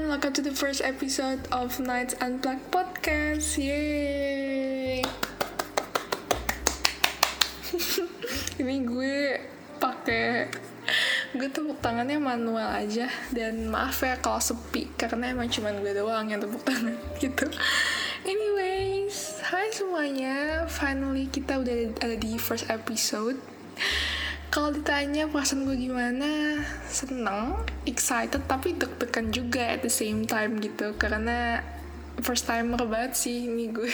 welcome to the first episode of Nights Unplugged Podcast. Yeay. Ini gue tepuk tangannya manual aja. Dan maaf ya kalau sepi, karena emang cuman gue doang yang tepuk tangan gitu. Anyways, hai semuanya. Finally kita udah ada di first episode. Kalau ditanya perasaan gue gimana, seneng, excited, tapi deg-degan juga at the same time gitu. Karena first timer banget sih ini gue.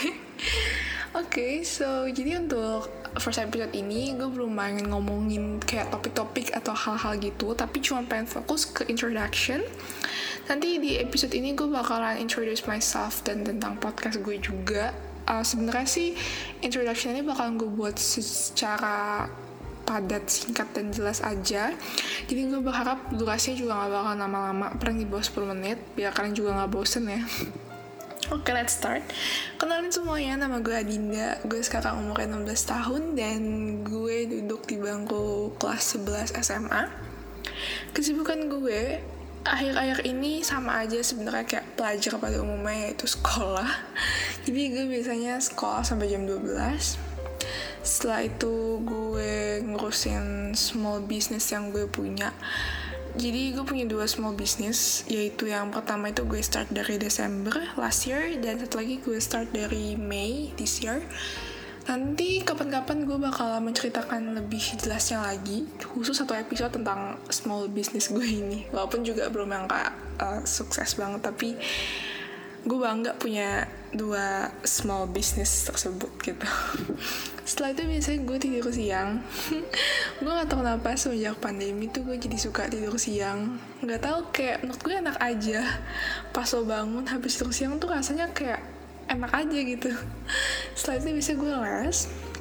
Oke, so jadi untuk first episode ini gue belum pengen ngomongin kayak topik-topik atau hal-hal gitu, tapi cuma pengen fokus ke introduction. Nanti di episode ini gue bakalan introduce myself dan tentang podcast gue juga. Sebenarnya sih introduction ini bakalan gue buat secara padat, singkat, dan jelas aja. Jadi gue berharap durasinya juga gak bakal lama-lama, paling di bawah 10 menit, biar kalian juga gak bosen ya. Oke, let's start. Kenalin semuanya, nama gue Adinda. Gue sekarang umurnya 16 tahun dan gue duduk di bangku kelas 11 SMA. Kesibukan gue akhir-akhir ini sama aja sebenarnya kayak pelajar pada umumnya, yaitu sekolah. Jadi gue biasanya sekolah sampai jam 12. Setelah itu gue ngurusin small business yang gue punya. Jadi gue punya 2 small business, yaitu yang pertama itu gue start dari Desember last year, dan satu lagi gue start dari May this year. Nanti kapan-kapan gue bakal menceritakan lebih jelasnya lagi, khusus satu episode tentang small business gue ini. Walaupun juga belum yang kayak sukses banget, tapi gue bangga punya 2 small business tersebut gitu. Setelah itu biasanya gue tidur siang. Gue gak tau kenapa semenjak pandemi tuh gue jadi suka tidur siang. Gak tau, kayak menurut gue enak aja. Pas lo bangun habis tidur siang tuh rasanya kayak enak aja gitu. Setelah itu biasanya gue les.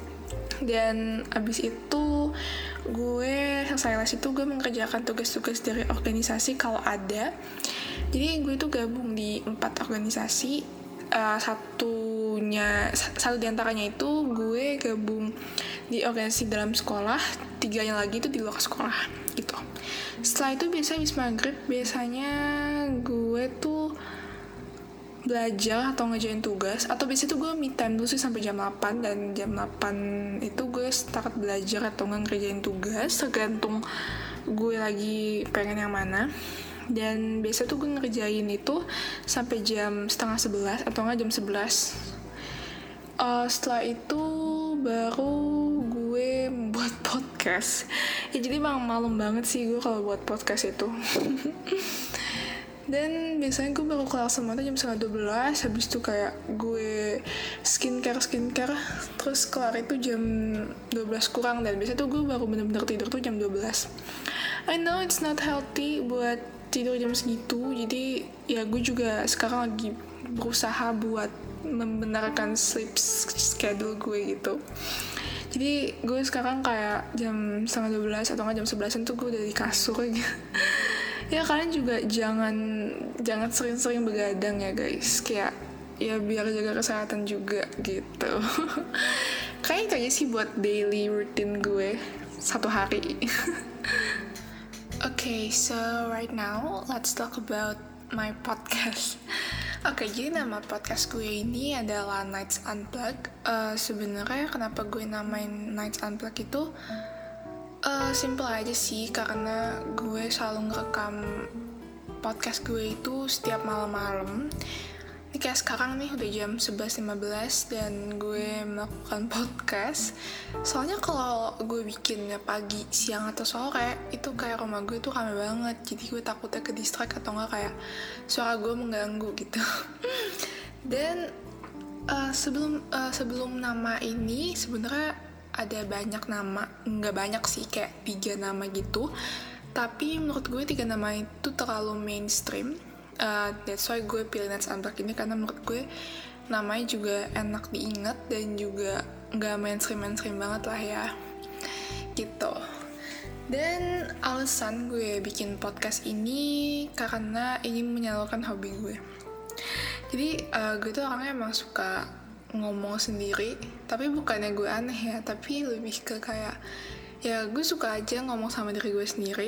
Dan abis itu gue selesai les itu gue mengerjakan tugas-tugas dari organisasi kalau ada. Jadi gue tuh gabung di 4 organisasi. Satu diantaranya itu gue gabung di organisasi dalam sekolah, 3-nya lagi itu di luar sekolah gitu. Setelah itu biasanya habis maghrib, biasanya gue tuh belajar atau ngerjain tugas, atau biasanya tuh gue me time dulu sih sampai jam 8, dan jam 8 itu gue start belajar atau ngerjain tugas, tergantung gue lagi pengen yang mana. Dan biasa tuh gue ngerjain itu sampai jam 10:30 atau nggak jam 11. Setelah itu baru gue membuat podcast. Ya jadi malam banget sih gue kalau buat podcast itu. Dan biasanya gue baru kelar semua tuh jam 11:30. Habis itu kayak gue skincare, terus kelar itu jam 12 kurang. Dan biasanya tuh gue baru bener-bener tidur tuh jam 12. I know it's not healthy buat tidur jam segitu, jadi ya gue juga sekarang lagi berusaha buat membenarkan sleep schedule gue gitu. Jadi gue sekarang kayak jam 11:30 atau nggak jam 11 tuh gue udah di kasur gitu. Ya kalian juga jangan sering-sering begadang ya guys, kayak ya biar jaga kesehatan juga gitu. Kayaknya itu aja sih buat daily routine gue satu hari. Okay, so right now let's talk about my podcast. Oke, jadi nama podcast gue ini adalah Nights Unplugged. Sebenarnya kenapa gue namain Nights Unplugged itu simple aja sih, karena gue selalu ngerekam podcast gue itu setiap malam-malam. Ini kayak sekarang nih udah jam 11:15 dan gue melakukan podcast. Soalnya kalau gue bikinnya pagi, siang, atau sore, itu kayak rumah gue tuh rame banget. Jadi gue takutnya ke distract atau enggak kayak suara gue mengganggu gitu. Dan sebelum nama ini sebenarnya ada banyak nama. Nggak banyak sih, kayak 3 nama gitu. Tapi menurut gue 3 nama itu terlalu mainstream. That's why gue pilih Nights Unplugged ini, karena menurut gue namanya juga enak diingat dan juga gak mainstream banget lah ya gitu. Dan alasan gue bikin podcast ini karena ingin menyalurkan hobi gue. Jadi gue tuh orangnya emang suka ngomong sendiri, tapi bukannya gue aneh ya, tapi lebih ke kayak ya gue suka aja ngomong sama diri gue sendiri.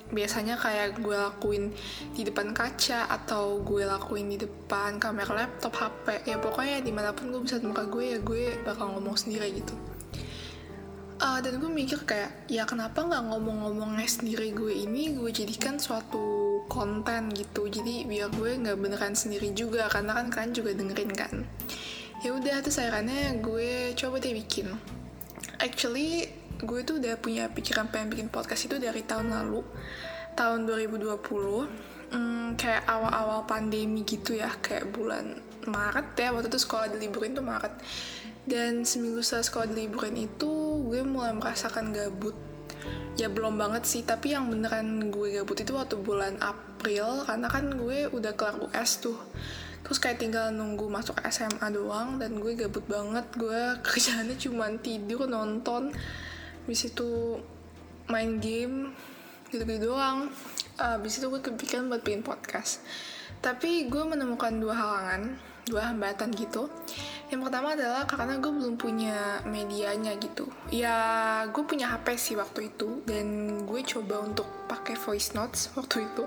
biasanya kayak gue lakuin di depan kaca atau gue lakuin di depan kamera laptop, HP, ya pokoknya dimanapun gue bisa muka gue, ya gue bakal ngomong sendiri gitu. Dan gue mikir kayak, ya kenapa nggak ngomong-ngomongnya sendiri gue ini gue jadikan suatu konten gitu, jadi biar gue nggak beneran sendiri juga, karena kan kalian juga dengerin kan. Ya udah, terus akhirnya gue coba deh bikin. Actually gue tuh udah punya pikiran pengen bikin podcast itu dari tahun lalu, tahun 2020, kayak awal-awal pandemi gitu ya, kayak bulan Maret ya, waktu itu sekolah diliburin tuh Maret. Dan seminggu setelah sekolah diliburin itu gue mulai merasakan gabut. Ya belum banget sih, tapi yang beneran gue gabut itu waktu bulan April, karena kan gue udah kelar US tuh. Terus kayak tinggal nunggu masuk SMA doang, dan gue gabut banget. Gue kerjaannya cuma tidur, nonton, habis itu main game, gitu-gitu doang. Habis itu gue kepikiran buat bikin podcast. Tapi gue menemukan dua hambatan gitu. Yang pertama adalah karena gue belum punya medianya gitu. Ya gue punya HP sih waktu itu, dan gue coba untuk pakai voice notes waktu itu.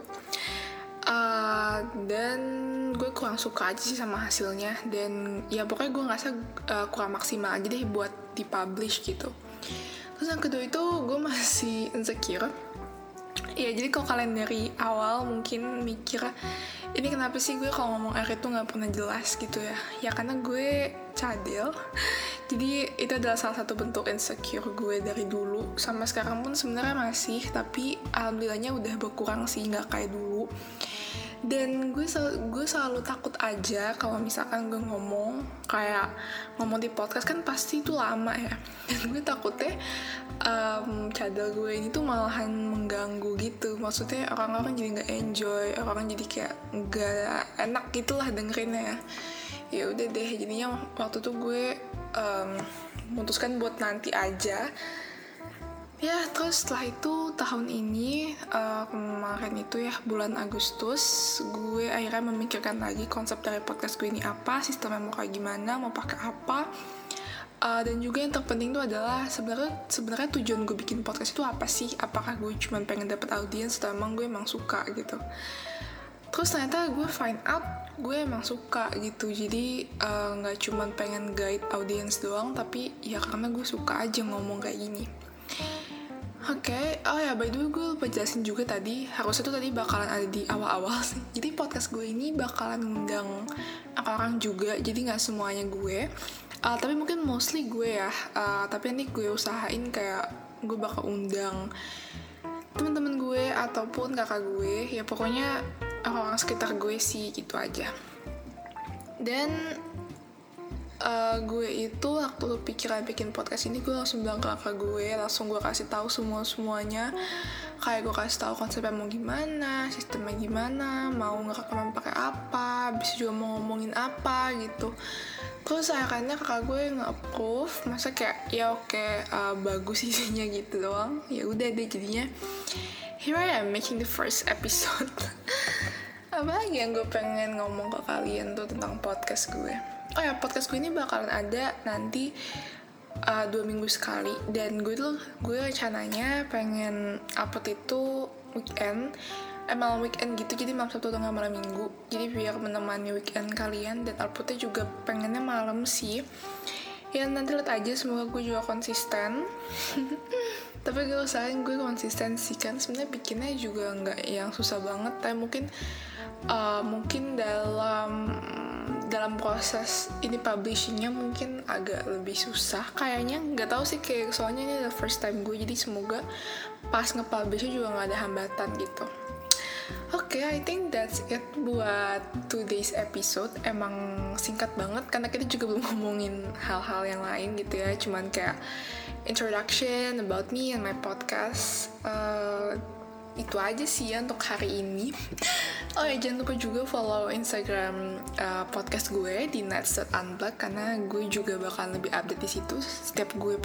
Dan gue kurang suka aja sih sama hasilnya, dan ya pokoknya gue ngerasa kurang maksimal aja deh buat dipublish gitu. Terus yang kedua itu gue masih insecure. Ya jadi kalau kalian dari awal mungkin mikir, ini kenapa sih gue kalau ngomong air itu gak pernah jelas gitu ya. Ya karena gue cadel. Jadi itu adalah salah satu bentuk insecure gue dari dulu. Sama sekarang pun sebenarnya masih, tapi alhamdulillahnya udah berkurang sih, gak kayak dulu. Dan gue selalu takut aja kalau misalkan gue ngomong di podcast kan pasti itu lama ya, dan gue takutnya cadel gue ini tuh malahan mengganggu gitu. Maksudnya orang-orang jadi nggak enjoy, orang jadi kayak nggak enak gitulah dengerinnya. Ya udah deh, jadinya waktu itu gue memutuskan buat nanti aja. Ya, terus setelah itu tahun ini, kemarin itu ya, bulan Agustus, gue akhirnya memikirkan lagi konsep dari podcast gue ini apa, sistemnya mau kayak gimana, mau pakai apa. Dan juga yang terpenting itu adalah sebenarnya tujuan gue bikin podcast itu apa sih? Apakah gue cuma pengen dapet audiens atau emang gue emang suka gitu. Terus ternyata gue find out gue emang suka gitu. Jadi gak cuma pengen guide audiens doang, tapi ya karena gue suka aja ngomong kayak gini. Oke, oh ya by the way gue lupa jelasin juga tadi, harusnya tuh tadi bakalan ada di awal-awal sih. Jadi podcast gue ini bakalan ngundang orang juga, jadi gak semuanya gue. Tapi mungkin mostly gue ya, tapi nanti gue usahain kayak gue bakal undang teman-teman gue ataupun kakak gue, ya pokoknya orang-orang sekitar gue sih, gitu aja. Dan gue itu waktu pikiran bikin podcast ini, gue langsung bilang ke kakak gue, langsung gue kasih tahu semuanya, kayak gue kasih tahu konsepnya mau gimana, sistemnya gimana, mau ngerekam pakai apa, bisa juga mau ngomongin apa gitu. Terus akhirnya kakak gue nge-approve, masa kayak ya oke, bagus isinya gitu doang. Ya udah deh, jadinya here I am making the first episode. Apa lagi yang gue pengen ngomong ke kalian tuh tentang podcast gue. Oh ya, podcast gue ini bakalan ada nanti 2 minggu sekali. Dan gue rencananya pengen upload itu weekend, malam weekend gitu. Jadi malam Sabtu tengah malam Minggu. Jadi biar menemani weekend kalian. Dan uploadnya juga pengennya malam sih. Ya nanti lihat aja, semoga gue juga konsisten. Tapi gue usahain gue konsisten sih, kan sebenarnya bikinnya juga nggak yang susah banget. Tapi mungkin dalam proses ini publishingnya mungkin agak lebih susah kayaknya, nggak tahu sih, kayak soalnya ini the first time gue, jadi semoga pas nge-publishnya juga nggak ada hambatan gitu. Oke, I think that's it buat today's episode. Emang singkat banget karena kita juga belum ngomongin hal-hal yang lain gitu ya, cuman kayak introduction about me and my podcast. Itu aja sih ya untuk hari ini. Oh ya, jangan lupa juga follow Instagram podcast gue di nats.unplug, karena gue juga bakal lebih update di situ. Setiap gue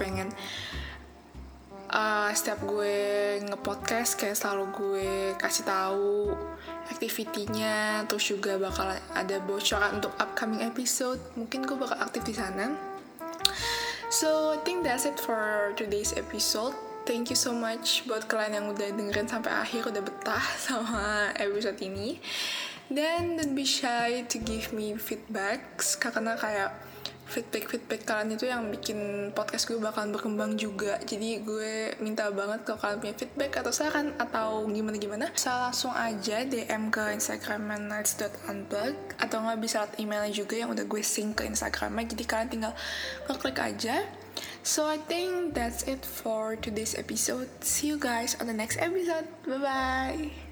nge-podcast kayak selalu gue kasih tahu activity-nya, terus juga bakal ada bocoran untuk upcoming episode. Mungkin gue bakal aktif di sana. So I think that's it for today's episode. thank you so much buat kalian yang udah dengerin sampai akhir, udah betah sama episode ini. Dan don't be shy to give me feedbacks, karena kayak feedback kalian itu yang bikin podcast gue bakalan berkembang juga. Jadi gue minta banget kalau kalian punya feedback atau saran atau gimana-gimana, bisa langsung aja DM ke Instagram nights.unplug, atau nggak bisa lewat emailnya juga yang udah gue sync ke Instagramnya. Jadi kalian tinggal ngeklik aja. So I think that's it for today's episode. See you guys on the next episode. Bye-bye.